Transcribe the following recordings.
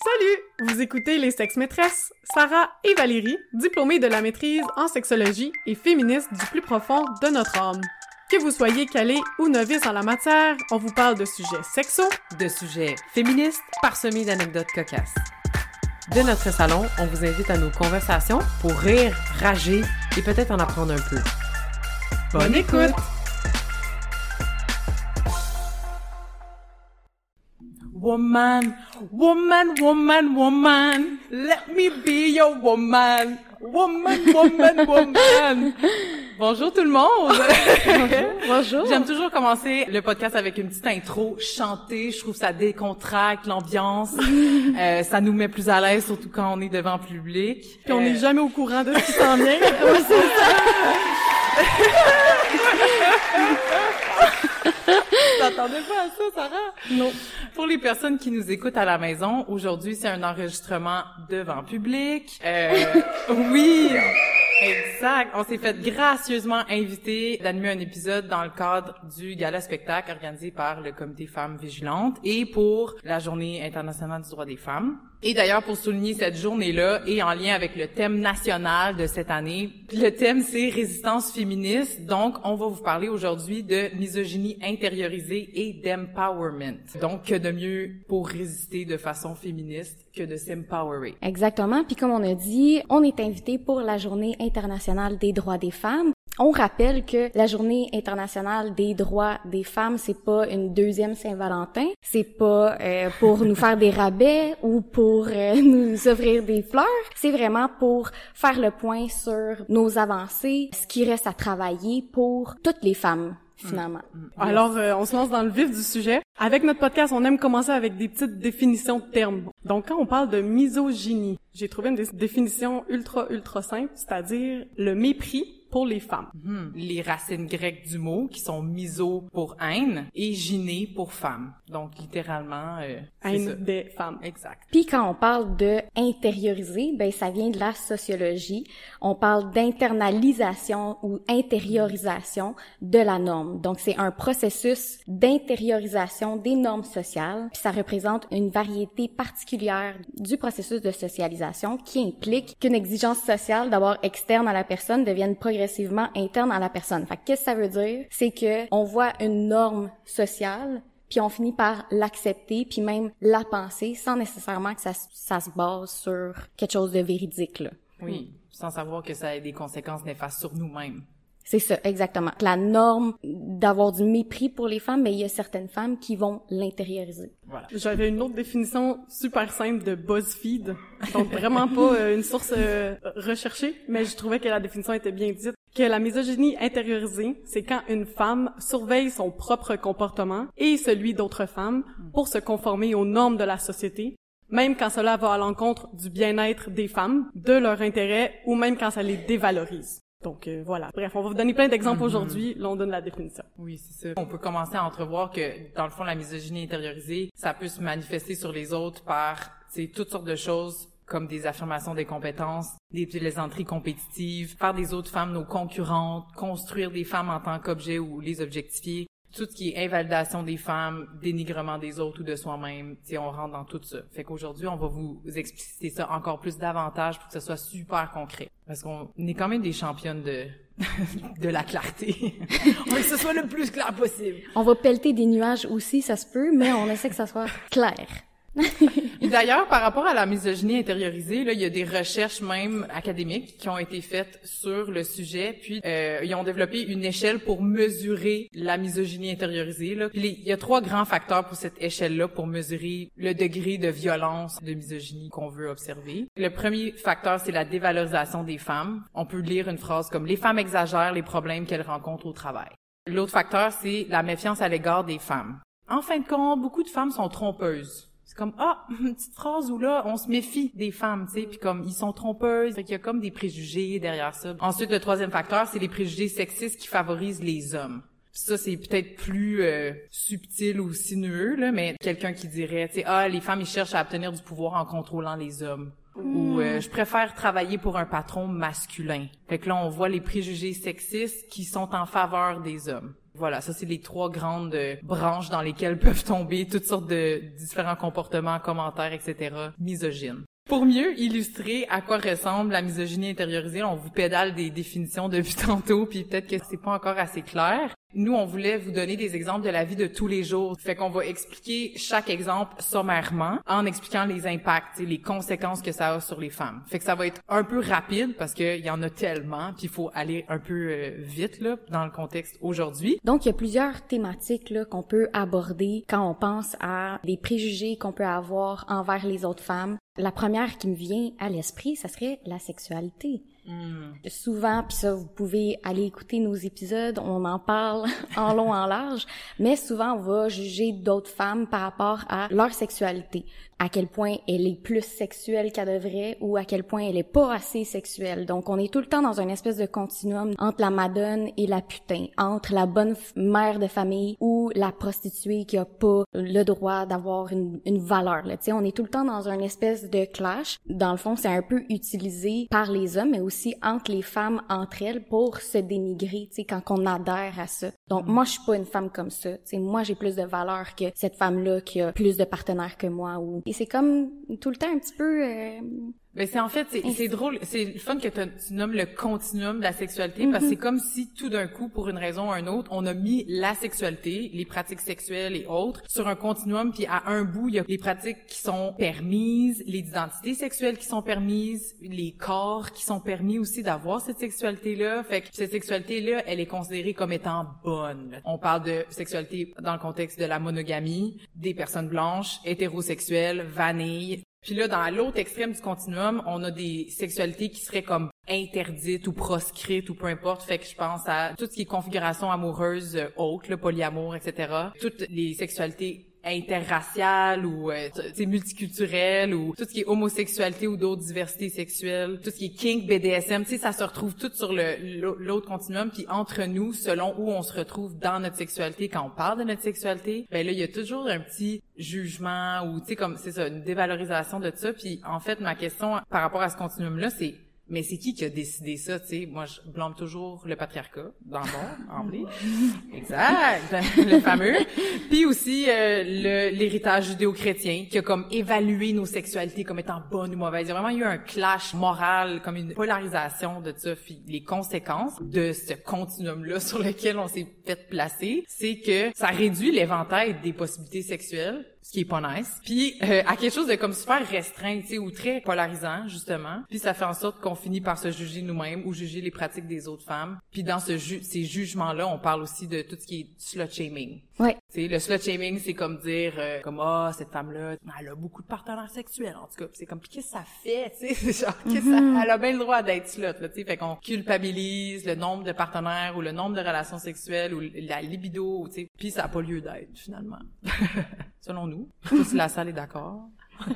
Salut! Vous écoutez Les Sexes Maîtresses, Sarah et Valérie, diplômées de la maîtrise en sexologie et féministes du plus profond de notre âme. Que vous soyez calé ou novice en la matière, on vous parle de sujets sexos, de sujets féministes, parsemés d'anecdotes cocasses. De notre salon, on vous invite à nos conversations pour rire, rager et peut-être en apprendre un peu. Bonne écoute! Woman, woman, woman, woman, let me be your woman. Woman, woman, woman. Bonjour tout le monde. Bonjour. J'aime toujours commencer le podcast avec une petite intro chantée. Je trouve que ça décontracte l'ambiance. Ça nous met plus à l'aise, surtout quand on est devant le public. puis on n'est jamais au courant de ce qui s'en vient. T'attendais pas à ça, Sarah? Non. Pour les personnes qui nous écoutent à la maison, aujourd'hui, c'est un enregistrement devant public. Oui, exact. On s'est fait gracieusement inviter d'animer un épisode dans le cadre du gala-spectacle organisé par le Comité Femmes Vigilantes et pour la Journée internationale du droit des femmes. Et d'ailleurs, pour souligner cette journée-là et en lien avec le thème national de cette année, le thème c'est résistance féministe. Donc, on va vous parler aujourd'hui de misogynie intériorisée et d'empowerment. Donc, que de mieux pour résister de façon féministe que de s'empowerer. Exactement. Puis comme on a dit, on est invité pour la Journée internationale des droits des femmes. On rappelle que la Journée internationale des droits des femmes, c'est pas une deuxième Saint-Valentin, c'est pas pour nous faire des rabais ou pour nous offrir des fleurs, c'est vraiment pour faire le point sur nos avancées, ce qui reste à travailler pour toutes les femmes. Finalement. Alors, on se lance dans le vif du sujet. Avec notre podcast, on aime commencer avec des petites définitions de termes. Donc, quand on parle de misogynie, j'ai trouvé une définition ultra simple, c'est-à-dire le mépris pour les femmes. Les racines grecques du mot qui sont miso pour haine et gyné pour femme. Donc, littéralement, Haine des femmes. Exact. Puis quand on parle de intérioriser, ben ça vient de la sociologie. On parle d'internalisation ou intériorisation de la norme. Donc c'est un processus d'intériorisation des normes sociales. Puis ça représente une variété particulière du processus de socialisation qui implique qu'une exigence sociale, d'abord externe à la personne, devienne progressivement interne à la personne. Fait que qu'est-ce que ça veut dire? C'est que on voit une norme sociale puis on finit par l'accepter, puis même la penser, sans nécessairement que ça se base sur quelque chose de véridique, là. Oui, sans savoir que ça a des conséquences néfastes sur nous-mêmes. C'est ça, exactement. La norme d'avoir du mépris pour les femmes, mais il y a certaines femmes qui vont l'intérioriser. Voilà. J'avais une autre définition super simple de BuzzFeed, donc vraiment pas une source recherchée, mais je trouvais que la définition était bien dite. Que la misogynie intériorisée, c'est quand une femme surveille son propre comportement et celui d'autres femmes pour se conformer aux normes de la société, même quand cela va à l'encontre du bien-être des femmes, de leur intérêt ou même quand ça les dévalorise. Donc voilà. Bref, on va vous donner plein d'exemples aujourd'hui. Là, on donne la définition. Oui, c'est ça. On peut commencer à entrevoir que, dans le fond, la misogynie intériorisée, ça peut se manifester sur les autres par, toutes sortes de choses, comme des affirmations des compétences, des plaisanteries compétitives, faire des autres femmes nos concurrentes, construire des femmes en tant qu'objet ou les objectifier, tout ce qui est invalidation des femmes, dénigrement des autres ou de soi-même, on rentre dans tout ça. Fait qu'aujourd'hui, on va vous expliciter ça encore plus davantage pour que ce soit super concret. Parce qu'on est quand même des championnes de la clarté. On veut que ce soit le plus clair possible. On va pelleter des nuages aussi, ça se peut, mais on essaie que ça soit clair. Et d'ailleurs, par rapport à la misogynie intériorisée, là, il y a des recherches même académiques qui ont été faites sur le sujet, puis ils ont développé une échelle pour mesurer la misogynie intériorisée. Là. Puis il y a 3 grands facteurs pour cette échelle-là pour mesurer le degré de violence de misogynie qu'on veut observer. Le premier facteur, c'est la dévalorisation des femmes. On peut lire une phrase comme « Les femmes exagèrent les problèmes qu'elles rencontrent au travail ». L'autre facteur, c'est la méfiance à l'égard des femmes. En fin de compte, beaucoup de femmes sont trompeuses. C'est comme, une petite phrase où là, on se méfie des femmes, tu sais, puis comme, ils sont trompeuses, fait qu'il y a comme des préjugés derrière ça. Ensuite, le troisième facteur, c'est les préjugés sexistes qui favorisent les hommes. Puis ça, c'est peut-être plus subtil ou sinueux, là, mais quelqu'un qui dirait, tu sais, les femmes, ils cherchent à obtenir du pouvoir en contrôlant les hommes. Ou je préfère travailler pour un patron masculin. Fait que là, on voit les préjugés sexistes qui sont en faveur des hommes. Voilà, ça c'est les 3 grandes branches dans lesquelles peuvent tomber toutes sortes de différents comportements, commentaires, etc. misogynes. Pour mieux illustrer à quoi ressemble la misogynie intériorisée, on vous pédale des définitions depuis tantôt, puis peut-être que c'est pas encore assez clair. Nous, on voulait vous donner des exemples de la vie de tous les jours. Fait qu'on va expliquer chaque exemple sommairement en expliquant les impacts et les conséquences que ça a sur les femmes. Fait que ça va être un peu rapide parce qu'il y en a tellement, puis il faut aller un peu vite là dans le contexte aujourd'hui. Donc, il y a plusieurs thématiques là qu'on peut aborder quand on pense à des préjugés qu'on peut avoir envers les autres femmes. La première qui me vient à l'esprit, ça serait la sexualité. Souvent, puis ça, vous pouvez aller écouter nos épisodes, on en parle en long, en large, mais souvent, on va juger d'autres femmes par rapport à leur sexualité. À quel point elle est plus sexuelle qu'elle devrait ou à quel point elle est pas assez sexuelle. Donc, on est tout le temps dans une espèce de continuum entre la madone et la putain, entre la bonne mère de famille ou la prostituée qui a pas le droit d'avoir une valeur. Tu sais, on est tout le temps dans une espèce de clash. Dans le fond, c'est un peu utilisé par les hommes, mais aussi entre les femmes, entre elles, pour se dénigrer, tu sais, quand on adhère à ça. Donc, moi, je suis pas une femme comme ça. Tu sais, moi, j'ai plus de valeur que cette femme-là qui a plus de partenaires que moi. Et c'est comme tout le temps un petit peu... Ben c'est en fait c'est drôle, c'est le fun que tu nommes le continuum de la sexualité parce que c'est comme si tout d'un coup pour une raison ou une autre, on a mis la sexualité, les pratiques sexuelles et autres sur un continuum puis à un bout, il y a les pratiques qui sont permises, les identités sexuelles qui sont permises, les corps qui sont permis aussi d'avoir cette sexualité-là. Fait que cette sexualité-là, elle est considérée comme étant bonne. On parle de sexualité dans le contexte de la monogamie, des personnes blanches, hétérosexuelles, vanille. Puis là, dans l'autre extrême du continuum, on a des sexualités qui seraient comme interdites ou proscrites ou peu importe. Fait que je pense à tout ce qui est configuration amoureuse haute, le polyamour, etc. Toutes les sexualités interraciales ou multiculturelles ou tout ce qui est homosexualité ou d'autres diversités sexuelles, tout ce qui est kink, BDSM, tu sais, ça se retrouve tout sur l'autre continuum. Puis entre nous, selon où on se retrouve dans notre sexualité, quand on parle de notre sexualité, ben là, il y a toujours un petit jugement ou tu sais comme c'est ça, une dévalorisation de ça. Puis en fait, ma question par rapport à ce continuum-là, c'est mais c'est qui a décidé ça, tu sais? Moi, je blâme toujours le patriarcat, dans le bon, en blé. Exact! Le fameux. Puis aussi, l'héritage judéo-chrétien, qui a comme évalué nos sexualités comme étant bonnes ou mauvaises. Il y a vraiment eu un clash moral, comme une polarisation de ça. Puis les conséquences de ce continuum-là sur lequel on s'est fait placer, c'est que ça réduit l'éventail des possibilités sexuelles, ce qui est pas nice. Puis à quelque chose de comme super restreint, tu sais, ou très polarisant, justement. Puis ça fait en sorte qu'on finit par se juger nous-mêmes ou juger les pratiques des autres femmes. Puis dans ces jugements-là, on parle aussi de tout ce qui est slut-shaming. Ouais. Tu sais, le slut-shaming, c'est comme dire, cette femme-là, elle a beaucoup de partenaires sexuels, en tout cas. Puis c'est comme, qu'est-ce que ça fait, tu sais? C'est genre, elle a bien le droit d'être slut, là, tu sais. Fait qu'on culpabilise le nombre de partenaires ou le nombre de relations sexuelles ou la libido, tu sais. Puis ça n'a pas lieu d'être, finalement. Selon nous. Je sais pas si la salle est d'accord.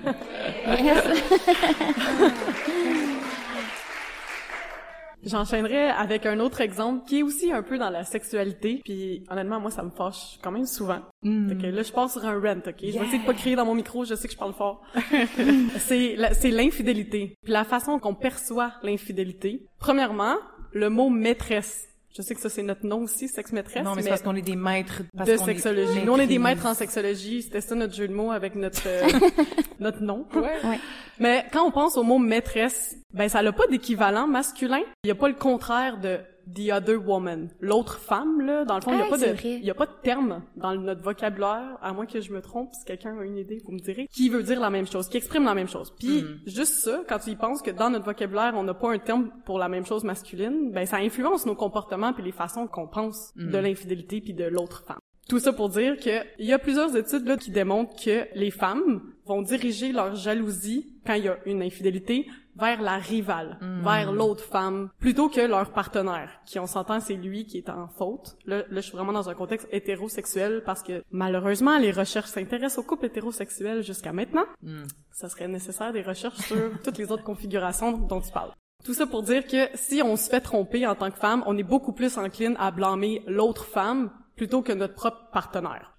J'enchaînerais avec un autre exemple qui est aussi un peu dans la sexualité. Puis honnêtement, moi, ça me fâche quand même souvent. Fait que là, je passe sur un rant, OK? Je vais essayer de pas crier dans mon micro, je sais que je parle fort. C'est l'infidélité. Puis la façon qu'on perçoit l'infidélité. Premièrement, le mot maîtresse. Je sais que ça, c'est notre nom aussi, sexe-maîtresse. Non, mais c'est parce qu'on est des maîtres de sexologie. Nous, on est des maîtres en sexologie. C'était ça notre jeu de mots avec notre notre nom. Ouais. Mais quand on pense au mot maîtresse, ben ça n'a pas d'équivalent masculin. Il y a pas le contraire de the other woman, l'autre femme là. Dans le fond, il y a pas de terme dans notre vocabulaire, à moins que je me trompe. Si quelqu'un a une idée, vous me direz, qui veut dire la même chose, qui exprime la même chose. Puis juste ça, quand tu y penses que dans notre vocabulaire, on n'a pas un terme pour la même chose masculine, ben ça influence nos comportements puis les façons qu'on pense de l'infidélité puis de l'autre femme. Tout ça pour dire que il y a plusieurs études là qui démontrent que les femmes vont diriger leur jalousie quand il y a une infidélité vers la rivale, vers l'autre femme, plutôt que leur partenaire, qui on s'entend c'est lui qui est en faute. Là je suis vraiment dans un contexte hétérosexuel parce que malheureusement les recherches s'intéressent aux couples hétérosexuels jusqu'à maintenant. Ça serait nécessaire des recherches sur toutes les autres configurations dont tu parles. Tout ça pour dire que si on se fait tromper en tant que femme, on est beaucoup plus encline à blâmer l'autre femme plutôt que notre propre partenaire.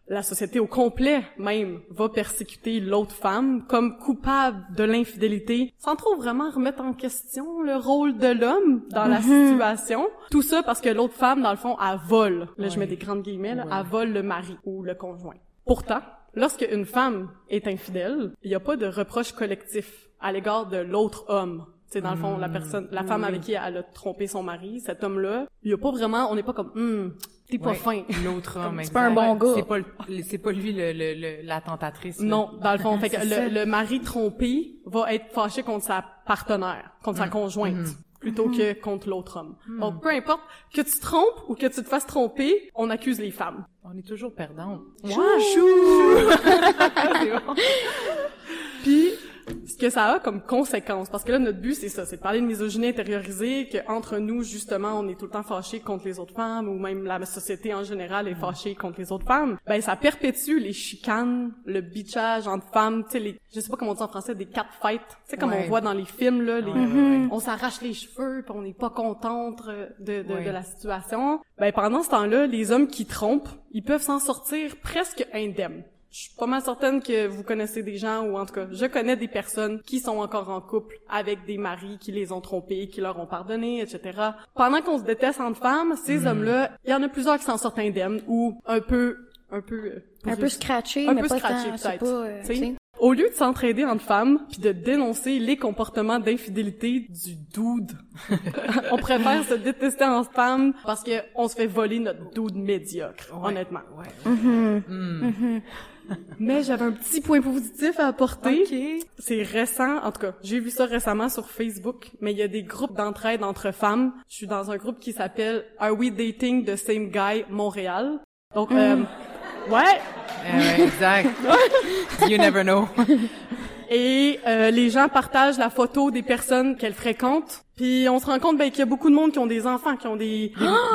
la société au complet même va persécuter l'autre femme comme coupable de l'infidélité sans trop vraiment remettre en question le rôle de l'homme dans la situation. Tout ça parce que l'autre femme, dans le fond, elle vole. Là, je mets des grandes guillemets, là, elle vole le mari ou le conjoint. Pourtant, lorsque une femme est infidèle, il n'y a pas de reproche collectif à l'égard de l'autre homme. C'est dans le fond la femme avec qui elle a trompé son mari, cet homme-là, il y a pas vraiment, on n'est pas comme t'es pas fin. L'autre homme, c'est pas un bon gars. C'est pas lui la tentatrice. Non, dans le fond, fait que le mari trompé va être fâché contre sa partenaire, contre sa conjointe. Plutôt que contre l'autre homme. Donc, peu importe que tu te trompes ou que tu te fasses tromper, on accuse les femmes. On est toujours perdants. Chou! C'est bon. Puis, ce que ça a comme conséquence, parce que là, notre but, c'est ça, c'est de parler de misogynie intériorisée, que entre nous, justement, on est tout le temps fâchés contre les autres femmes, ou même la société en général est fâchée contre les autres femmes. Ben, ça perpétue les chicanes, le bitchage entre femmes, tu sais, je sais pas comment on dit en français, des catfights. Tu sais, comme on voit dans les films, là, on s'arrache les cheveux, puis on n'est pas contente de la situation. Ben, pendant ce temps-là, les hommes qui trompent, ils peuvent s'en sortir presque indemnes. Je suis pas mal certaine que vous connaissez des gens, ou en tout cas, je connais des personnes qui sont encore en couple avec des maris qui les ont trompés, qui leur ont pardonné, etc. Pendant qu'on se déteste entre femmes, ces hommes-là, il y en a plusieurs qui s'en sortent indemnes, ou un peu scratché, un mais peu pas scratché, tant, c'est peut-être. pas, t'sais. Au lieu de s'entraider entre femmes puis de dénoncer les comportements d'infidélité du dude, on préfère se détester entre femmes parce que on se fait voler notre dude médiocre, honnêtement. Mais j'avais un petit point positif à apporter. Okay. C'est récent, en tout cas, j'ai vu ça récemment sur Facebook, mais il y a des groupes d'entraide entre femmes. Je suis dans un groupe qui s'appelle Are We Dating the Same Guy Montréal? Donc, exact. You never know. Et les gens partagent la photo des personnes qu'elles fréquentent. Puis on se rend compte qu'il y a beaucoup de monde qui ont des enfants, qui ont des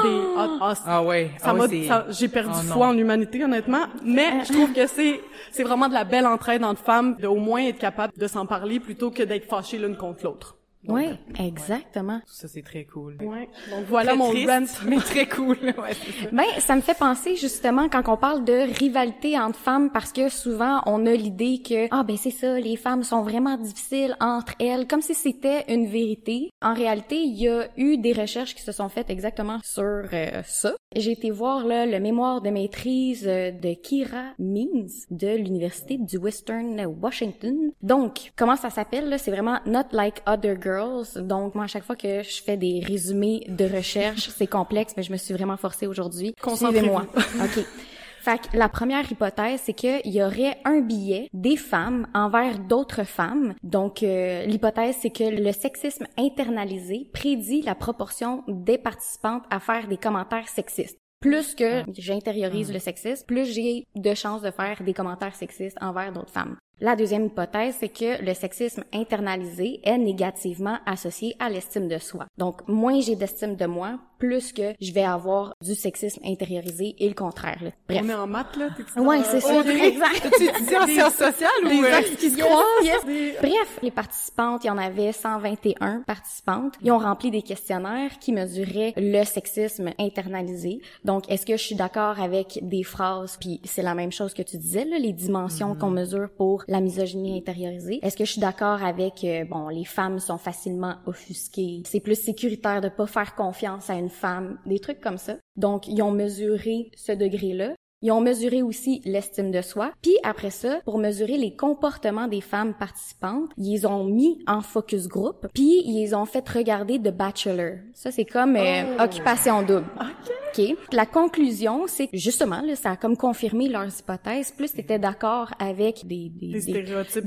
j'ai perdu foi en l'humanité, honnêtement, mais je trouve que c'est vraiment de la belle entraide entre femmes, de au moins être capable de s'en parler plutôt que d'être fâchées l'une contre l'autre. Oui, exactement. Tout ça, c'est très cool. Ouais. Donc voilà très mon triste, rant. mais très cool. Ouais, c'est ça. Ben, ça me fait penser justement quand on parle de rivalité entre femmes, parce que souvent on a l'idée que c'est ça, les femmes sont vraiment difficiles entre elles, comme si c'était une vérité. En réalité, il y a eu des recherches qui se sont faites exactement sur ça. J'ai été voir là le mémoire de maîtrise de Kira Means de l'université du Western Washington. Donc, comment ça s'appelle là? C'est vraiment Not Like Other Girls. Donc, moi, à chaque fois que je fais des résumés de recherche, c'est complexe, mais je me suis vraiment forcée aujourd'hui. Suivez-moi. OK. Fait que la première hypothèse, c'est qu'il y aurait un biais des femmes envers d'autres femmes. Donc, l'hypothèse, c'est que le sexisme internalisé prédit la proportion des participantes à faire des commentaires sexistes. Plus que j'intériorise le sexisme, plus j'ai de chances de faire des commentaires sexistes envers d'autres femmes. La deuxième hypothèse, c'est que le sexisme internalisé est négativement associé à l'estime de soi. Donc, moins j'ai d'estime de moi, plus que je vais avoir du sexisme intériorisé et le contraire. Là. Bref. On est en maths, là? Ouais, c'est ça. Exact. Tu étudies en sciences sociales ou... Des axes qui se croisent. Bref, les participantes, il y en avait 121 participantes. Ils ont rempli des questionnaires qui mesuraient le sexisme internalisé. Donc, est-ce que je suis d'accord avec des phrases, puis c'est la même chose que tu disais, là, les dimensions qu'on mesure pour la misogynie intériorisée. Est-ce que je suis d'accord avec, les femmes sont facilement offusquées, c'est plus sécuritaire de pas faire confiance à une femme, des trucs comme ça. Donc, ils ont mesuré ce degré-là. Ils ont mesuré aussi l'estime de soi. Puis après ça, pour mesurer les comportements des femmes participantes, ils ont mis en focus group, puis ils ont fait regarder The Bachelor. Ça, c'est comme occupation double. OK. La conclusion, c'est que justement, là, ça a comme confirmé leurs hypothèses. Plus t'étais d'accord avec des stéréotypes,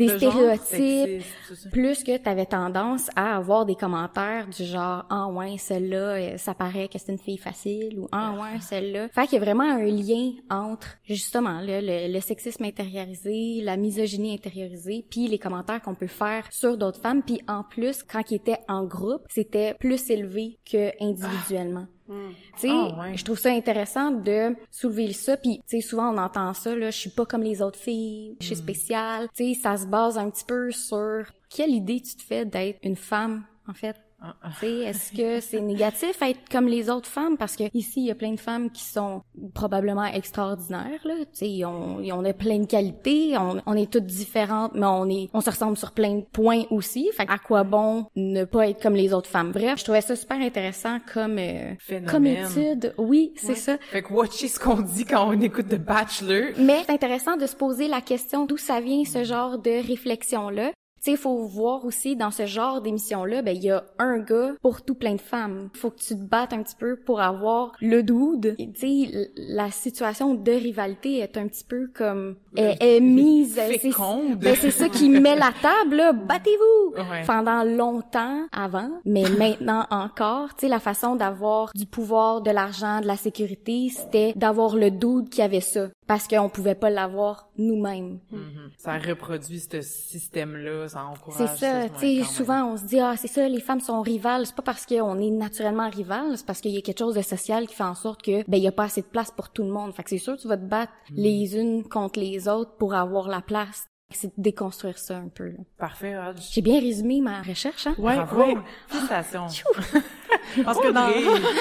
plus que t'avais tendance à avoir des commentaires du genre « Ah ouais, celle-là, ça paraît que c'est une fille facile » ou « Ah ouais, celle-là ». Fait qu'il y a vraiment un lien entre, justement, là, le sexisme intériorisé, la misogynie intériorisée, puis les commentaires qu'on peut faire sur d'autres femmes. Puis en plus, quand ils étaient en groupe, c'était plus élevé que individuellement. Tu sais, je trouve ça intéressant de soulever ça, puis tu sais, souvent on entend ça, là, je suis pas comme les autres filles, je suis spéciale, tu sais, ça se base un petit peu sur quelle idée tu te fais d'être une femme, en fait. Tu sais, est-ce que c'est négatif être comme les autres femmes? Parce que ici, il y a plein de femmes qui sont probablement extraordinaires, là. Tu sais, on a plein de qualités, on est toutes différentes, mais on se ressemble sur plein de points aussi. Fait à quoi bon ne pas être comme les autres femmes? Bref, je trouvais ça super intéressant comme étude. Oui, c'est ça. Fait que watcher ce qu'on dit quand on écoute The Bachelor. Mais c'est intéressant de se poser la question d'où ça vient ce genre de réflexion-là. Tu sais, il faut voir aussi, dans ce genre d'émission-là, ben, il y a un gars pour tout plein de femmes. Faut que tu te battes un petit peu pour avoir le dude. Tu sais, la situation de rivalité est un petit peu comme, est mise. Féconde. C'est ça qui met la table, là. Battez-vous! Ouais. Pendant longtemps avant, mais maintenant encore, tu sais, la façon d'avoir du pouvoir, de l'argent, de la sécurité, c'était d'avoir le dude qui avait ça. Parce qu'on pouvait pas l'avoir nous-mêmes. Ça reproduit ce système-là, ça encourage. C'est ça, tu sais, souvent on se dit, c'est ça, les femmes sont rivales. C'est pas parce qu'on est naturellement rivales, c'est parce qu'il y a quelque chose de social qui fait en sorte que, il y a pas assez de place pour tout le monde. Fait que c'est sûr, tu vas te battre les unes contre les autres pour avoir la place. C'est de déconstruire ça un peu, là. Parfait, Hodge. J'ai bien résumé ma recherche, hein? Ouais, Bravo. ouais. Félicitations. Parce que dans...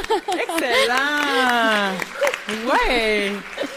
Excellent! Ouais!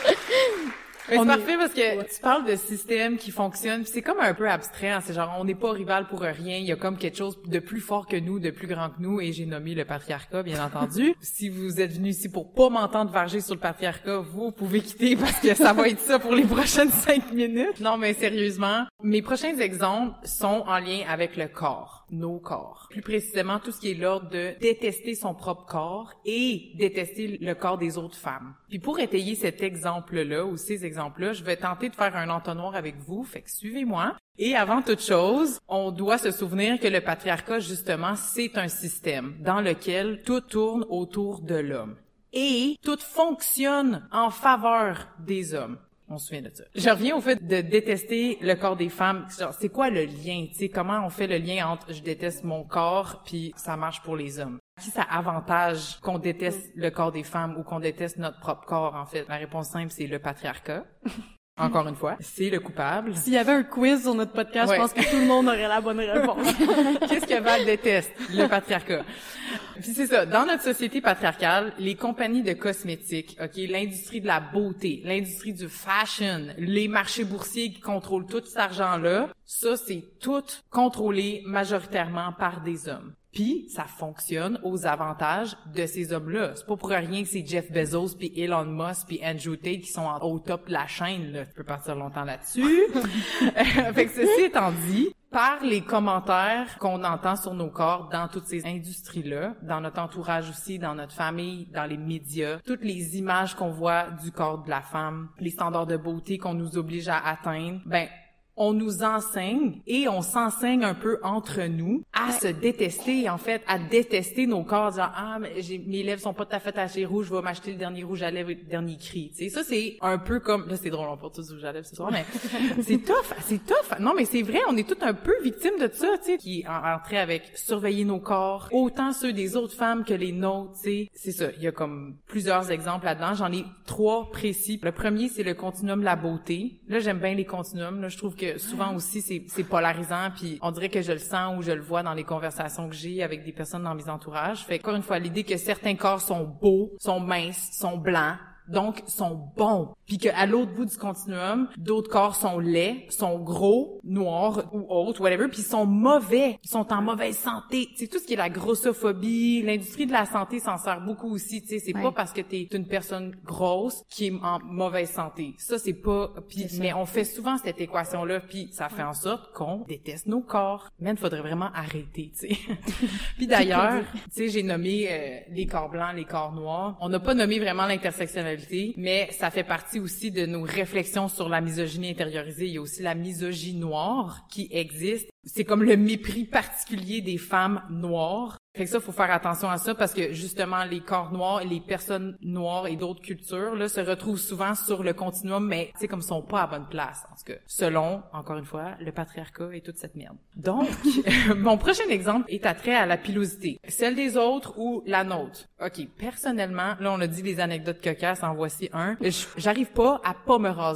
Mais c'est parfait parce que tu parles de système qui fonctionne, puis c'est comme un peu abstrait, hein, c'est genre on n'est pas rival pour rien, il y a comme quelque chose de plus fort que nous, de plus grand que nous, et j'ai nommé le patriarcat, bien entendu. Si vous êtes venus ici pour pas m'entendre varger sur le patriarcat, vous pouvez quitter parce que ça va être ça pour les prochaines 5 minutes. Non, mais sérieusement, mes prochains exemples sont en lien avec le corps, nos corps. Plus précisément, tout ce qui est l'ordre de détester son propre corps et détester le corps des autres femmes. Puis pour étayer cet exemple-là, ou ces exemples-là, je vais tenter de faire un entonnoir avec vous, fait que suivez-moi. Et avant toute chose, on doit se souvenir que le patriarcat, justement, c'est un système dans lequel tout tourne autour de l'homme. Et tout fonctionne en faveur des hommes. On se souvient de ça. Je reviens au fait de détester le corps des femmes. Genre, c'est quoi le lien? Tu sais, comment on fait le lien entre je déteste mon corps puis ça marche pour les hommes? Qui ça avantage qu'on déteste le corps des femmes ou qu'on déteste notre propre corps, en fait? La réponse simple, c'est le patriarcat. Encore une fois, c'est le coupable. S'il y avait un quiz sur notre podcast, je pense que tout le monde aurait la bonne réponse. Qu'est-ce que Val déteste? Le patriarcat. Puis c'est ça, dans notre société patriarcale, les compagnies de cosmétiques, l'industrie de la beauté, l'industrie du fashion, les marchés boursiers qui contrôlent tout cet argent-là, ça, c'est tout contrôlé majoritairement par des hommes. Puis ça fonctionne aux avantages de ces hommes-là. C'est pas pour rien que c'est Jeff Bezos puis Elon Musk puis Andrew Tate qui sont au top de la chaîne, là. Je peux partir longtemps là-dessus. Fait que ceci étant dit, par les commentaires qu'on entend sur nos corps dans toutes ces industries-là, dans notre entourage aussi, dans notre famille, dans les médias, toutes les images qu'on voit du corps de la femme, les standards de beauté qu'on nous oblige à atteindre, on nous enseigne et on s'enseigne un peu entre nous à se détester, en fait, à détester nos corps, genre, mais mes lèvres sont pas tout à fait tachées rouges, je vais m'acheter le dernier rouge à lèvres et le dernier cri. Tu sais, ça, c'est un peu comme, là, c'est drôle, on porte tous rouge à lèvres ce soir, mais c'est tough. Non, mais c'est vrai, on est tous un peu victimes de ça, tu sais, qui est entré avec surveiller nos corps, autant ceux des autres femmes que les nôtres, tu sais. C'est ça, il y a comme plusieurs exemples là-dedans. J'en ai 3 précis. Le premier, c'est le continuum de la beauté. Là, j'aime bien les continuums, là, je trouve que souvent aussi c'est polarisant, puis on dirait que je le sens ou je le vois dans les conversations que j'ai avec des personnes dans mes entourages. Fait encore une fois, l'idée que certains corps sont beaux, sont minces, sont blancs, donc sont bons, puis qu'à l'autre bout du continuum, d'autres corps sont laids, sont gros, noirs ou autres, whatever, puis ils sont mauvais, ils sont en mauvaise santé. C'est tout ce qui est la grossophobie, l'industrie de la santé s'en sert beaucoup aussi, tu sais, c'est pas parce que t'es une personne grosse qui est en mauvaise santé. Ça, c'est pas... mais on fait souvent cette équation-là, puis ça fait en sorte qu'on déteste nos corps. Mais il faudrait vraiment arrêter, tu sais. Puis d'ailleurs, tu sais, j'ai nommé les corps blancs, les corps noirs. On n'a pas nommé vraiment l'intersectionnalité, mais ça fait partie aussi de nos réflexions sur la misogynie intériorisée. Il y a aussi la misogynie noire qui existe. C'est comme le mépris particulier des femmes noires. Fait que ça, faut faire attention à ça parce que justement, les corps noirs et les personnes noires et d'autres cultures, là, se retrouvent souvent sur le continuum, mais tu sais, comme ils sont pas à bonne place. En tout cas, selon, encore une fois, le patriarcat et toute cette merde. Donc, mon prochain exemple est attrait à la pilosité. Celle des autres ou la nôtre. OK, personnellement, là, on a dit les anecdotes cocasses, en voici un. J'arrive pas à me raser.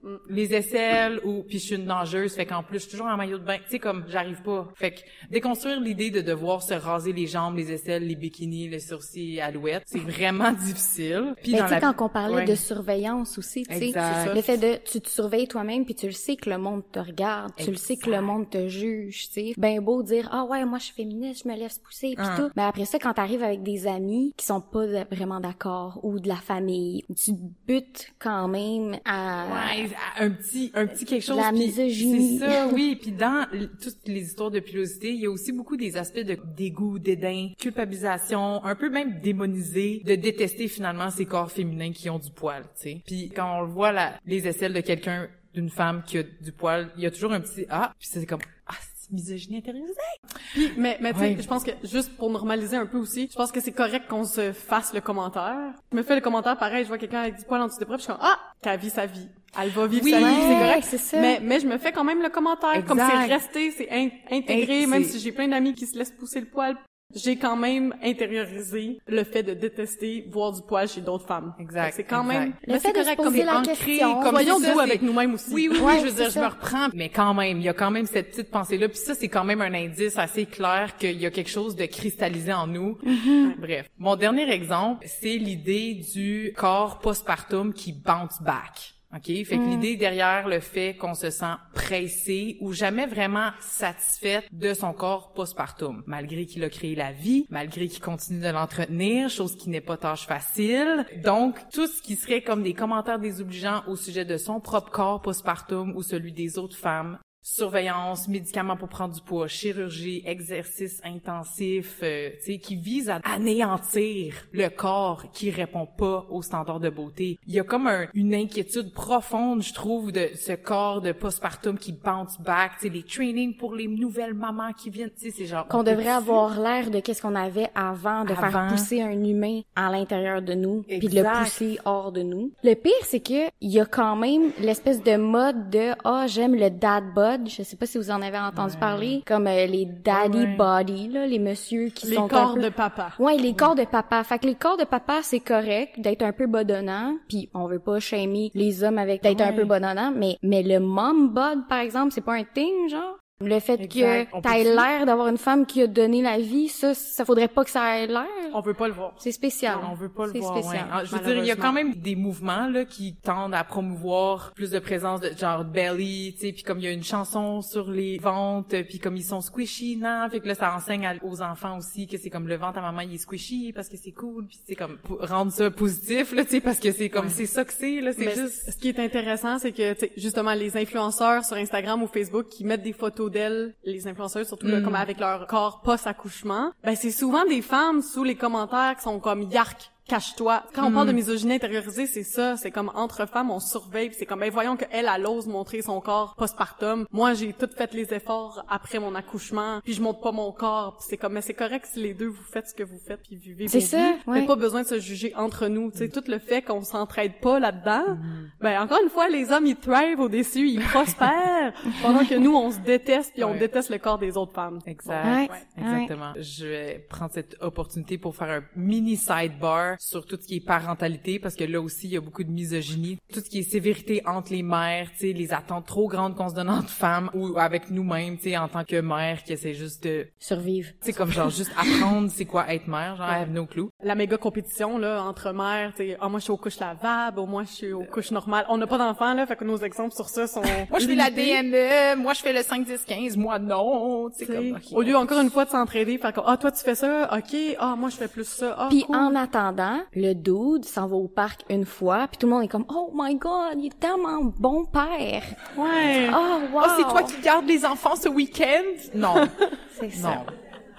les aisselles ou puis je suis une nageuse, fait qu'en plus je suis toujours en maillot de bain, tu sais comme j'arrive pas. Fait que déconstruire l'idée de devoir se raser les jambes, les aisselles, les bikinis, les sourcils, alouettes, c'est vraiment difficile. Puis tu sais quand on parlait de surveillance aussi, tu sais, le fait de tu te surveilles toi-même puis tu le sais que le monde te regarde, tu le sais que le monde te juge, tu sais. Ben beau dire ah ouais, moi je suis féministe, je me laisse pousser puis tout. Mais après ça quand t'arrives avec des amis qui sont pas vraiment d'accord ou de la famille, tu butes quand même à un petit quelque chose. La misogynie. C'est ça, oui. Puis dans toutes les histoires de pilosité, il y a aussi beaucoup des aspects de dégoût, dédain, culpabilisation, un peu même démonisé, de détester finalement ces corps féminins qui ont du poil, tu sais. Puis quand on le voit les aisselles de quelqu'un, d'une femme qui a du poil, il y a toujours un petit puis c'est comme c'est misogynie intériorisée. Puis mais tu sais, je pense que juste pour normaliser un peu aussi, je pense que c'est correct qu'on se fasse le commentaire. Je me fais le commentaire pareil, je vois quelqu'un avec du poil en dessous des bras, puis je suis comme qu'elle vit sa vie. Elle va vivre sa vie, c'est correct. C'est ça. Mais je me fais quand même le commentaire. Exact. Comme c'est resté, c'est intégré, même si j'ai plein d'amis qui se laissent pousser le poil. J'ai quand même intériorisé le fait de détester voir du poil chez d'autres femmes. Exact. C'est quand même, le fait de se poser la question. Comme soyons ça, doux avec nous-mêmes aussi. Oui, Ouais, je veux dire, ça. je me reprends, mais quand même, il y a quand même cette petite pensée-là, puis ça, c'est quand même un indice assez clair qu'il y a quelque chose de cristallisé en nous. Bref. Mon dernier exemple, c'est l'idée du corps postpartum qui bounce back. OK? Fait que l'idée derrière le fait qu'on se sent pressé ou jamais vraiment satisfaite de son corps postpartum. Malgré qu'il a créé la vie, malgré qu'il continue de l'entretenir, chose qui n'est pas tâche facile. Donc, tout ce qui serait comme des commentaires désobligeants au sujet de son propre corps postpartum ou celui des autres femmes, surveillance, médicaments pour prendre du poids, chirurgie, exercice intensif, tu sais, qui vise à anéantir le corps qui répond pas aux standards de beauté. Il y a comme une inquiétude profonde, je trouve, de ce corps de postpartum qui bounce back, tu sais, les trainings pour les nouvelles mamans qui viennent, tu sais, c'est genre... Qu'on devrait avoir l'air de qu'est-ce qu'on avait avant de faire pousser un humain à l'intérieur de nous, puis de le pousser hors de nous. Le pire, c'est que il y a quand même l'espèce de mode de j'aime le dad bod. Je sais pas si vous en avez entendu parler, comme les daddy body, là, les messieurs qui sont les corps un peu... de papa. Ouais, les corps de papa. Fait que les corps de papa, c'est correct d'être un peu bodonnant, puis on veut pas shamer les hommes avec d'être un peu bodonnant, mais le mom bod, par exemple, c'est pas un thing, genre? Le fait que t'aies l'air d'avoir une femme qui a donné la vie, ça faudrait pas que ça ait l'air. On veut pas le voir. C'est spécial. On veut pas le voir, spécial. ouais. Je veux dire, il y a quand même des mouvements là qui tendent à promouvoir plus de présence de genre belly, tu sais, puis comme il y a une chanson sur les ventres, puis comme ils sont squishy, non, fait que là ça enseigne aux enfants aussi que c'est comme le ventre à maman il est squishy parce que c'est cool, puis c'est comme rendre ça positif là, tu sais, parce que c'est comme c'est ça que c'est là, c'est juste. Ce qui est intéressant, c'est que tu sais, justement les influenceurs sur Instagram ou Facebook qui mettent des photos d'elles, les influenceuses surtout là, comme avec leur corps post-accouchement, ben c'est souvent des femmes sous les commentaires qui sont comme yark, cache-toi. Quand on parle de misogynie intériorisée, c'est ça, c'est comme entre femmes, on surveille, pis c'est comme, ben voyons qu'elle, elle ose montrer son corps postpartum. Moi, j'ai tout fait les efforts après mon accouchement, puis je montre pas mon corps. Pis c'est comme, mais c'est correct si les deux vous faites ce que vous faites, puis vivez vos vies. Ouais. Mais pas besoin de se juger entre nous. Tu sais, tout le fait qu'on s'entraide pas là-dedans, ben encore une fois, les hommes, ils thrive au-dessus, ils prospèrent, pendant que nous, on se déteste, puis on déteste le corps des autres femmes. Exact. Exactement. Je vais prendre cette opportunité pour faire un mini sidebar sur tout ce qui est parentalité, parce que là aussi, il y a beaucoup de misogynie. Tout ce qui est sévérité entre les mères, tu sais, les attentes trop grandes qu'on se donne entre femmes ou avec nous-mêmes, tu sais, en tant que mère qui essaie juste de... survivre. Tu sais, comme genre juste apprendre c'est quoi être mère, genre I have no clue. La méga compétition, là, entre mères, tu sais, moi je suis aux couches lavables, moi je suis aux couches normales. On n'a pas d'enfants, là, fait que nos exemples sur ça sont... Moi je fais la DME, moi je fais le 5-10-15, moi non, tu sais, comme... Okay, au lieu encore une fois de s'entraider, fait que, toi tu fais ça, ok, moi je fais plus ça, Puis cool. en attendant, le dude s'en va au parc une fois, puis tout le monde est comme oh my god, il est tellement bon père. Ouais. Oh wow. Oh, c'est toi qui gardes les enfants ce week-end? Non. C'est ça. Non.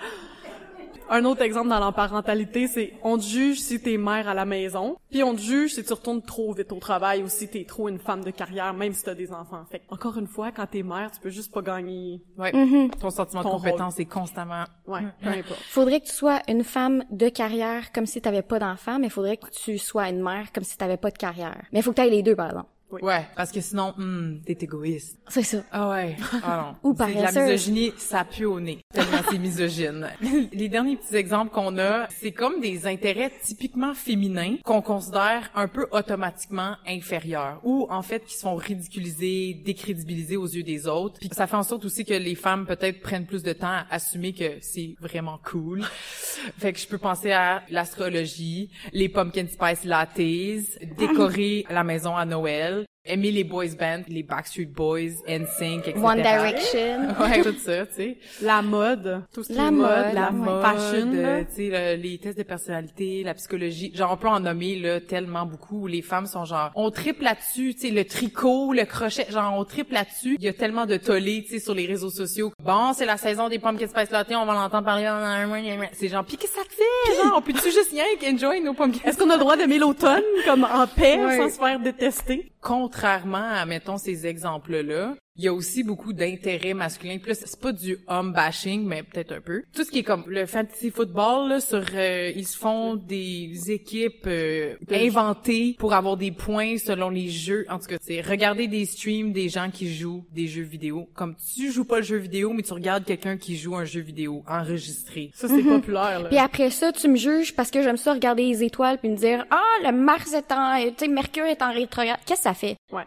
Un autre exemple dans la parentalité, c'est on te juge si t'es mère à la maison, puis on te juge si tu retournes trop vite au travail ou si t'es trop une femme de carrière, même si t'as des enfants. Fait encore une fois, quand t'es mère, tu peux juste pas gagner. Ouais. Ton sentiment de Ton compétence est constamment... Ouais, peu importe. Faudrait que tu sois une femme de carrière comme si t'avais pas d'enfants, mais faudrait que tu sois une mère comme si t'avais pas de carrière. Mais faut que t'ailles les deux, par exemple. Oui. Ouais, parce que sinon, t'es égoïste. C'est ça. Ah ouais. Ah non. Ou C'est de la paresseuse. misogynie, ça pue au nez. Tellement c'est misogyne. Les derniers petits exemples qu'on a, c'est comme des intérêts typiquement féminins qu'on considère un peu automatiquement inférieurs ou en fait qui sont ridiculisés, décrédibilisés aux yeux des autres. Puis ça fait en sorte aussi que les femmes peut-être prennent plus de temps à assumer que c'est vraiment cool. Fait que je peux penser à l'astrologie, les pumpkin spice lattes, décorer la maison à Noël, aimer les boys bands, les Backstreet Boys, NSYNC, etc. One Direction. Ouais, tout ça, tu sais. La mode, tout ce qui La est mode, mode, la ouais. fashion, là. tu sais, les tests de personnalité, la psychologie. Genre, on peut en nommer, là, tellement beaucoup où les femmes sont genre, on triple là-dessus, tu sais, le tricot, le crochet, genre, on triple là-dessus. Il y a tellement de tollés, tu sais, sur les réseaux sociaux. Bon, c'est la saison des pumpkin spice latte, on va l'entendre parler. C'est genre, pis qu'est-ce que ça te fait? Genre, on peut-tu juste rien qu'enjoy nos pumpkin? Est-ce qu'on a le droit d'aimer l'automne comme en paix, Ouais. sans se faire détester? Contrairement à, mettons, ces exemples-là, il y a aussi beaucoup d'intérêts masculins. Puis là, c'est pas du homme bashing, mais peut-être un peu. Tout ce qui est comme le fantasy football, là, ils se font des équipes inventées pour avoir des points selon les jeux. En tout cas, c'est regarder des streams des gens qui jouent des jeux vidéo. Comme tu joues pas le jeu vidéo, mais tu regardes quelqu'un qui joue un jeu vidéo enregistré. Ça, c'est populaire, là. Puis après ça, tu me juges parce que j'aime ça regarder les étoiles puis me dire le Mars est tu sais, Mercure est en rétrograde. Qu'est-ce que ça fait? Ouais.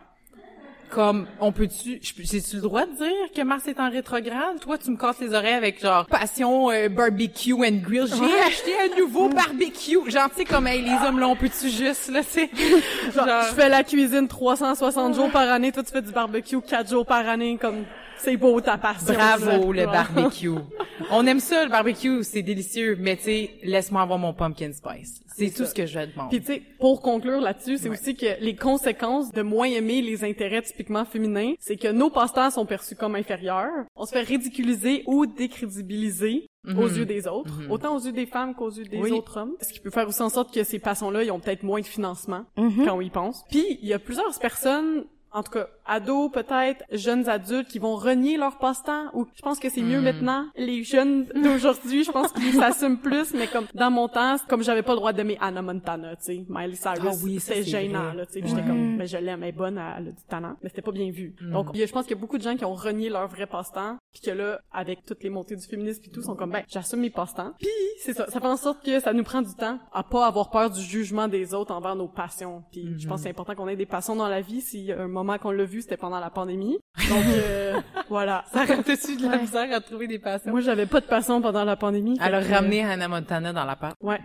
Comme, j'ai-tu le droit de dire que Mars est en rétrograde? Toi, tu me casses les oreilles avec genre, passion, barbecue and grill. J'ai acheté un nouveau barbecue. Genre, tu sais, comme, hey, les hommes là, on peut-tu juste, là, tu sais? Genre, je fais la cuisine 360 jours par année, toi tu fais du barbecue 4 jours par année, comme, c'est beau ta passion. Bravo, là. le barbecue. On aime ça, le barbecue, c'est délicieux, mais tu sais, laisse-moi avoir mon pumpkin spice. C'est tout ce que je demande. Puis tu sais, pour conclure là-dessus, c'est aussi que les conséquences de moins aimer les intérêts typiquement féminins, c'est que nos passe-temps sont perçus comme inférieurs, on se fait ridiculiser ou décrédibiliser aux yeux des autres, autant aux yeux des femmes qu'aux yeux des autres hommes. Ce qui peut faire aussi en sorte que ces passions-là, ils ont peut-être moins de financement quand on y pense. Puis il y a plusieurs personnes, en tout cas, ados peut-être, jeunes adultes qui vont renier leur passe-temps, ou je pense que c'est mieux maintenant. Les jeunes d'aujourd'hui, je pense qu'ils s'assument plus, mais comme dans mon temps, comme j'avais pas le droit d'aimer Hannah Montana, tu sais, Miley Cyrus, Ah oui, ça, c'était c'est gênant, vrai. là, tu sais, j'étais comme, ben je l'aime, elle est bonne, elle a du talent, mais c'était pas bien vu. Donc, je pense qu'il y a beaucoup de gens qui ont renié leur vrai passe-temps, puis que là, avec toutes les montées du féminisme et tout, sont comme, ben, j'assume mes passe-temps. Puis, c'est ça fait en sorte que ça nous prend du temps à pas avoir peur du jugement des autres envers nos passions. Puis, je pense que c'est important qu'on ait des passions dans la vie. Si un moment qu'on l'a vu, c'était pendant la pandémie. Donc, voilà. Ça raconte-tu de la misère à trouver des passions? Moi, j'avais pas de passion pendant la pandémie. Alors, fait que, ramener Hannah Montana dans la pâte. Ouais.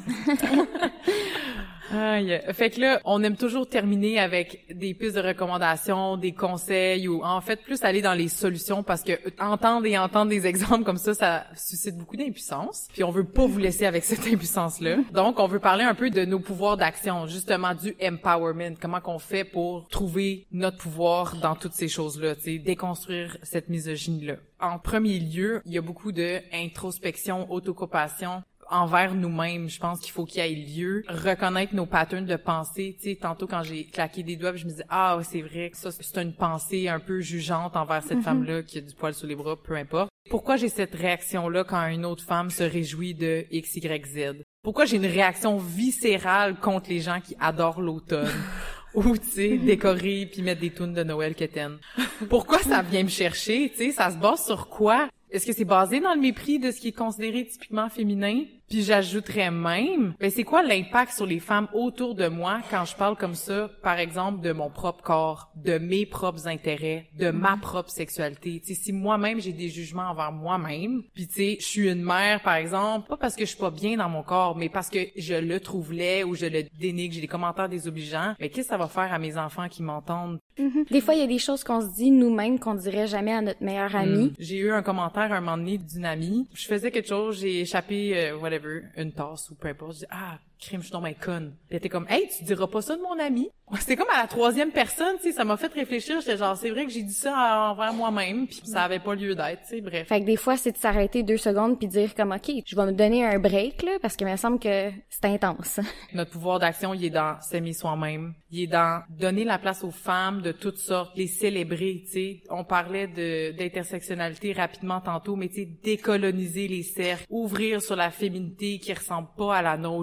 Aïe. Fait que là, on aime toujours terminer avec des pistes de recommandations, des conseils ou en fait plus aller dans les solutions parce que entendre des exemples comme ça suscite beaucoup d'impuissance. Puis on veut pas vous laisser avec cette impuissance-là. Donc on veut parler un peu de nos pouvoirs d'action, justement du empowerment, comment qu'on fait pour trouver notre pouvoir dans toutes ces choses-là, tu sais, déconstruire cette misogynie-là. En premier lieu, il y a beaucoup de introspection, autocompassion envers nous-mêmes. Je pense qu'il faut qu'il y ait lieu, reconnaître nos patterns de pensée. Tu sais, tantôt quand j'ai claqué des doigts, je me disais ouais, c'est vrai que ça c'est une pensée un peu jugeante envers cette femme-là qui a du poil sous les bras, peu importe. Pourquoi j'ai cette réaction-là quand une autre femme se réjouit de X, Y, Z? Pourquoi j'ai une réaction viscérale contre les gens qui adorent l'automne? Ou, tu sais, décorer puis mettre des tunes de Noël quétaines. Pourquoi ça vient me chercher? Tu sais, ça se base sur quoi? Est-ce que c'est basé dans le mépris de ce qui est considéré typiquement féminin? Puis j'ajouterais même, c'est quoi l'impact sur les femmes autour de moi quand je parle comme ça, par exemple, de mon propre corps, de mes propres intérêts, de ma propre sexualité? Tu sais, si moi-même j'ai des jugements envers moi-même, puis tu sais, je suis une mère, par exemple, pas parce que je suis pas bien dans mon corps, mais parce que je le trouve laid ou je le dénigre, j'ai des commentaires désobligeants, mais qu'est-ce que ça va faire à mes enfants qui m'entendent? Des fois, il y a des choses qu'on se dit nous-mêmes qu'on dirait jamais à notre meilleur ami. J'ai eu un commentaire un moment donné d'une amie. Je faisais quelque chose, j'ai échappé, une tasse ou peu importe. Je dis crime, je suis donc conne. Puis elle était comme, hey, tu diras pas ça de mon ami. C'était comme à la troisième personne, tu sais, ça m'a fait réfléchir. J'étais genre, c'est vrai que j'ai dit ça envers moi-même, puis ça avait pas lieu d'être, tu sais, bref. Fait que des fois, c'est de s'arrêter 2 secondes puis dire comme, OK, je vais me donner un break, là, parce qu'il me semble que c'est intense. Notre pouvoir d'action, il est dans s'aimer soi-même. Il est dans donner la place aux femmes de toutes sortes, les célébrer, tu sais. On parlait d'intersectionnalité rapidement tantôt, mais tu sais, décoloniser les cercles, ouvrir sur la féminité qui ressemble pas à la nôtre, la laisser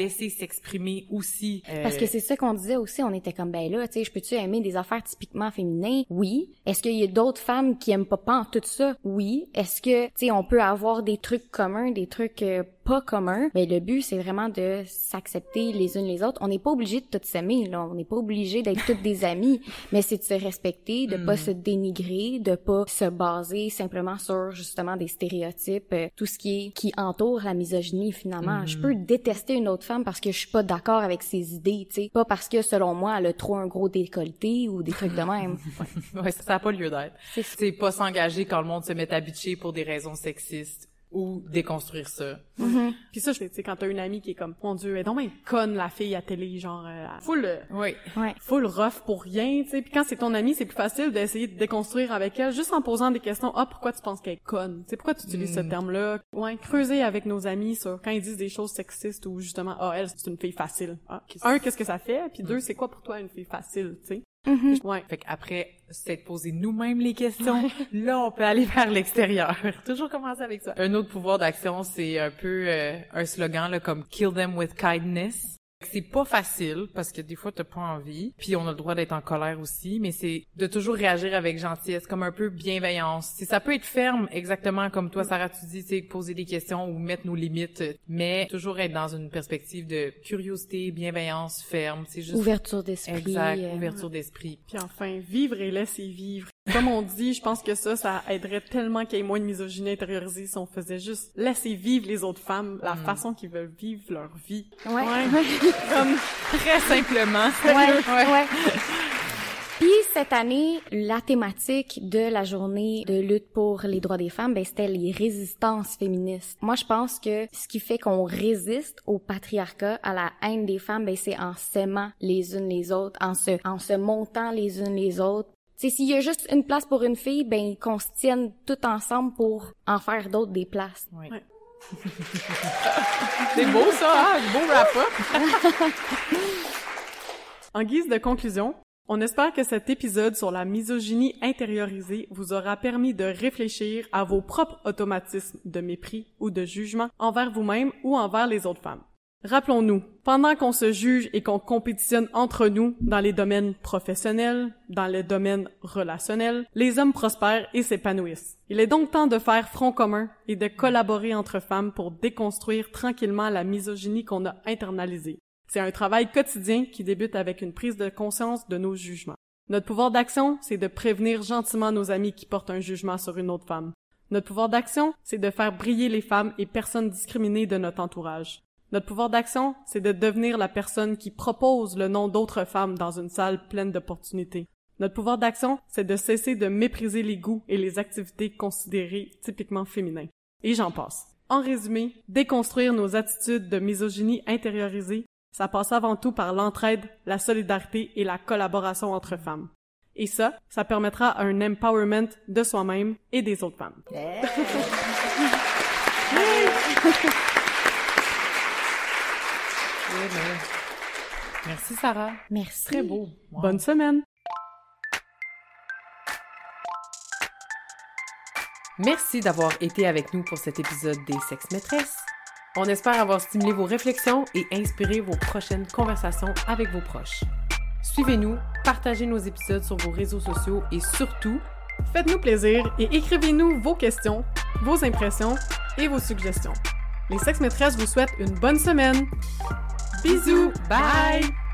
laisser s'exprimer aussi. Parce que c'est ça qu'on disait aussi, on était comme, ben là, tu sais, je peux-tu aimer des affaires typiquement féminines? Oui. Est-ce qu'il y a d'autres femmes qui aiment pas en tout ça? Oui. Est-ce que, tu sais, on peut avoir des trucs communs, des trucs pas communs? Mais le but, c'est vraiment de s'accepter les unes les autres. On n'est pas obligé de toutes s'aimer, là. On n'est pas obligé d'être toutes des amies, mais c'est de se respecter, de pas se dénigrer, de pas se baser simplement sur, justement, des stéréotypes, tout ce qui entoure la misogynie, finalement. Je peux détester une autre femme parce que je suis pas d'accord avec ses idées, tu sais. Pas parce que, selon moi, elle a trop un gros décolleté ou des trucs de même. Ouais, ça n'a pas lieu d'être. C'est pas s'engager quand le monde se met à bitcher pour des raisons sexistes ou déconstruire ça. Puis ça, tu sais, quand t'as une amie qui est comme, mon Dieu, elle est donc bien conne, la fille à télé, genre, full rough pour rien, tu sais. Puis quand c'est ton amie, c'est plus facile d'essayer de déconstruire avec elle, juste en posant des questions. Ah, pourquoi tu penses qu'elle est conne? Tu sais, pourquoi tu utilises ce terme-là? Ouais, creuser avec nos amis sur quand ils disent des choses sexistes ou justement, ah, elle, c'est une fille facile. Ah, qu'est-ce que ça fait? Puis deux, c'est quoi pour toi une fille facile, tu sais? Ouais. Fait qu'après s'être posé nous-mêmes les questions, là, on peut aller vers l'extérieur. Toujours commencer avec ça. Un autre pouvoir d'action, c'est un peu un slogan, là, comme « Kill them with kindness ». C'est pas facile, parce que des fois, t'as pas envie. Puis on a le droit d'être en colère aussi, mais c'est de toujours réagir avec gentillesse, comme un peu bienveillance. Ça peut être ferme, exactement comme toi, Sarah, tu dis, c'est poser des questions ou mettre nos limites, mais toujours être dans une perspective de curiosité, bienveillance, ferme. C'est juste... Ouverture d'esprit. Exact, ouverture d'esprit. Puis enfin, vivre et laisser vivre. Comme on dit, je pense que ça aiderait tellement qu'il y ait moins de misogynie intériorisée si on faisait juste laisser vivre les autres femmes, la façon qu'ils veulent vivre leur vie. Ouais. Comme très simplement. Ouais. Puis cette année, la thématique de la journée de lutte pour les droits des femmes, ben c'était les résistances féministes. Moi, je pense que ce qui fait qu'on résiste au patriarcat, à la haine des femmes, ben c'est en s'aimant les unes les autres, en se montant les unes les autres. Tu sais, s'il y a juste une place pour une fille, ben qu'on se tienne tout ensemble pour en faire d'autres des places. Ouais. C'est beau ça, hein? Beau wrap-up. En guise de conclusion, on espère que cet épisode sur la misogynie intériorisée vous aura permis de réfléchir à vos propres automatismes de mépris ou de jugement envers vous-même ou envers les autres femmes. Rappelons-nous, pendant qu'on se juge et qu'on compétitionne entre nous dans les domaines professionnels, dans les domaines relationnels, les hommes prospèrent et s'épanouissent. Il est donc temps de faire front commun et de collaborer entre femmes pour déconstruire tranquillement la misogynie qu'on a internalisée. C'est un travail quotidien qui débute avec une prise de conscience de nos jugements. Notre pouvoir d'action, c'est de prévenir gentiment nos amis qui portent un jugement sur une autre femme. Notre pouvoir d'action, c'est de faire briller les femmes et personnes discriminées de notre entourage. Notre pouvoir d'action, c'est de devenir la personne qui propose le nom d'autres femmes dans une salle pleine d'opportunités. Notre pouvoir d'action, c'est de cesser de mépriser les goûts et les activités considérées typiquement féminins. Et j'en passe. En résumé, déconstruire nos attitudes de misogynie intériorisée, ça passe avant tout par l'entraide, la solidarité et la collaboration entre femmes. Et ça permettra un empowerment de soi-même et des autres femmes. Yeah. Merci Sarah. Merci. Très beau. Wow. Bonne semaine. Merci d'avoir été avec nous pour cet épisode des Sex-Maîtresses. On espère avoir stimulé vos réflexions et inspiré vos prochaines conversations avec vos proches. Suivez-nous, partagez nos épisodes sur vos réseaux sociaux et surtout, faites-nous plaisir et écrivez-nous vos questions, vos impressions et vos suggestions. Les Sex-Maîtresses vous souhaitent une bonne semaine. Bisous! bye!